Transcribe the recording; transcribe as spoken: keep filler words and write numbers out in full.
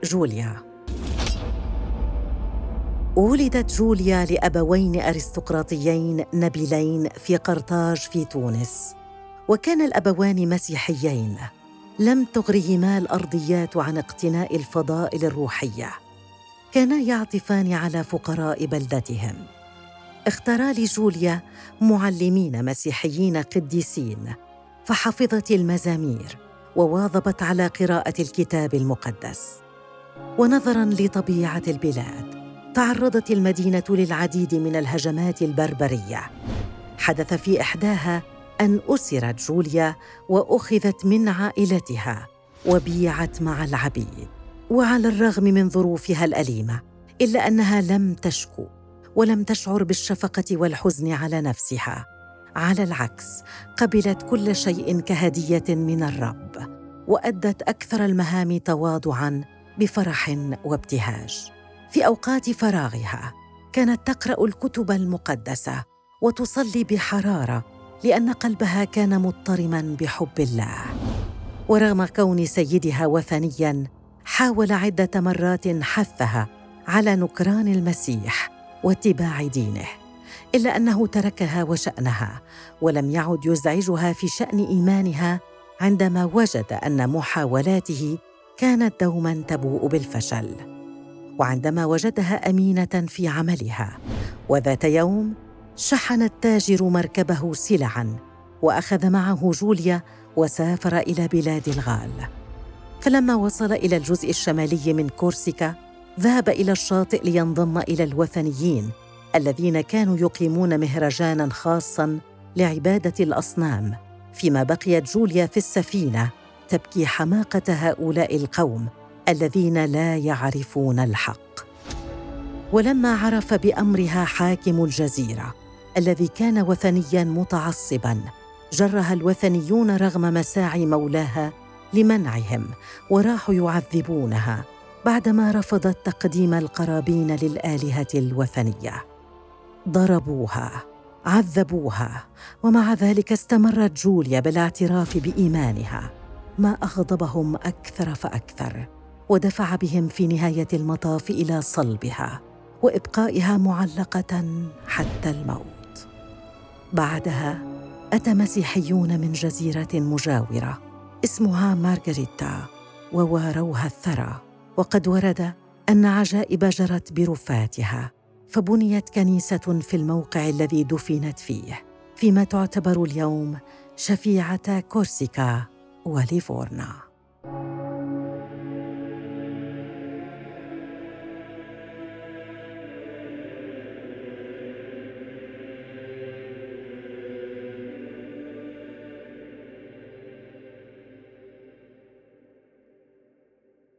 جوليا. ولدت جوليا لأبوين أرستقراطيين نبيلين في قرطاج في تونس، وكان الأبوان مسيحيين لم تغرهما الأرضيات عن اقتناء الفضائل الروحية. كانا يعطفان على فقراء بلدتهم. اختارا لجوليا معلمين مسيحيين قديسين، فحفظت المزامير وواظبت على قراءة الكتاب المقدس. ونظراً لطبيعة البلاد، تعرضت المدينة للعديد من الهجمات البربرية. حدث في إحداها أن أسرت جوليا وأخذت من عائلتها وبيعت مع العبيد. وعلى الرغم من ظروفها الأليمة، إلا أنها لم تشكو ولم تشعر بالشفقة والحزن على نفسها. على العكس، قبلت كل شيء كهدية من الرب، وأدت أكثر المهام تواضعاً بفرح وابتهاج. في أوقات فراغها كانت تقرأ الكتب المقدسة وتصلي بحرارة، لأن قلبها كان مضطرماً بحب الله. ورغم كون سيدها وثنياً، حاول عدة مرات حثها على نكران المسيح واتباع دينه، إلا أنه تركها وشأنها، ولم يعد يزعجها في شأن إيمانها عندما وجد أن محاولاته كانت دوماً تبوء بالفشل. وعندما وجدها أمينة في عملها، وذات يوم شحن التاجر مركبه سلعاً وأخذ معه جوليا وسافر إلى بلاد الغال. فلما وصل إلى الجزء الشمالي من كورسيكا، ذهب إلى الشاطئ لينضم إلى الوثنيين الذين كانوا يقيمون مهرجاناً خاصاً لعبادة الأصنام، فيما بقيت جوليا في السفينة تبكي حماقة هؤلاء القوم الذين لا يعرفون الحق. ولما عرف بأمرها حاكم الجزيرة الذي كان وثنياً متعصباً، جرها الوثنيون رغم مساعي مولاها لمنعهم، وراحوا يعذبونها بعدما رفضت تقديم القرابين للآلهة الوثنية. ضربوها، عذبوها، ومع ذلك استمرت جوليا بالاعتراف بإيمانها، ما أغضبهم أكثر فأكثر، ودفع بهم في نهاية المطاف إلى صلبها وإبقائها معلقة حتى الموت. بعدها أتى مسيحيون من جزيرة مجاورة اسمها مارغريتا وواروها الثرى، وقد ورد أن عجائب جرت برفاتها، فبنيت كنيسة في الموقع الذي دفنت فيه، فيما تعتبر اليوم شفيعة كورسيكا وليفورنا.